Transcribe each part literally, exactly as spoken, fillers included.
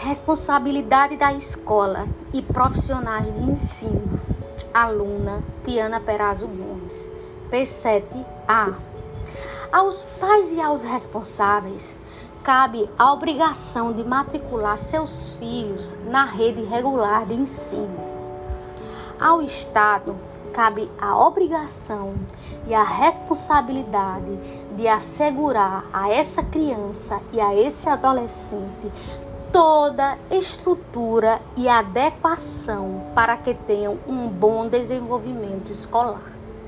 responsabilidade da escola e profissionais de ensino. Aluna Tiana Perazzo Gomes, P sete A. Aos pais e aos responsáveis, cabe a obrigação de matricular seus filhos na rede regular de ensino. Ao Estado, cabe a obrigação e a responsabilidade de assegurar a essa criança e a esse adolescente toda estrutura e adequação para que tenham um bom desenvolvimento escolar.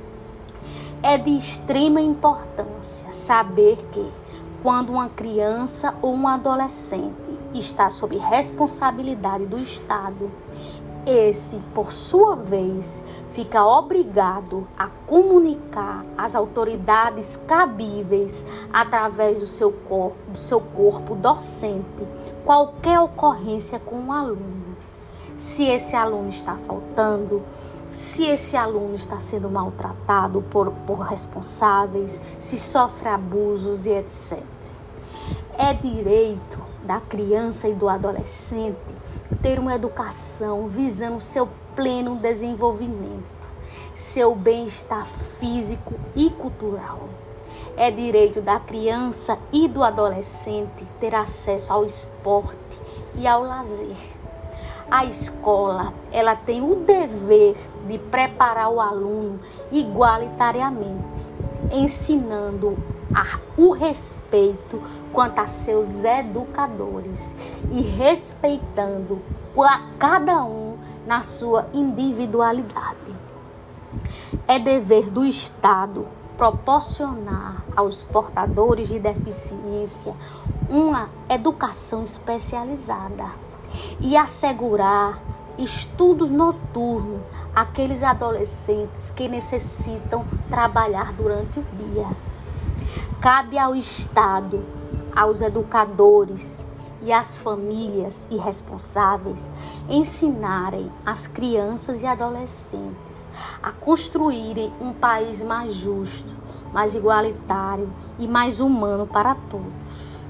É de extrema importância saber que, quando uma criança ou um adolescente está sob responsabilidade do Estado, esse, por sua vez, fica obrigado a comunicar às autoridades cabíveis, através do seu corpo, do seu corpo docente, qualquer ocorrência com o aluno. Se esse aluno está faltando, se esse aluno está sendo maltratado por, por responsáveis, se sofre abusos e etcétera. É direito da criança e do adolescente ter uma educação visando seu pleno desenvolvimento, seu bem-estar físico e cultural. É direito da criança e do adolescente ter acesso ao esporte e ao lazer. A escola, ela tem o dever de preparar o aluno igualitariamente, ensinando a, o respeito quanto a seus educadores e respeitando a cada um na sua individualidade. É dever do Estado proporcionar aos portadores de deficiência uma educação especializada e assegurar estudos noturnos àqueles adolescentes que necessitam trabalhar durante o dia. Cabe ao Estado, aos educadores e às famílias e responsáveis ensinarem as crianças e adolescentes a construírem um país mais justo, mais igualitário e mais humano para todos.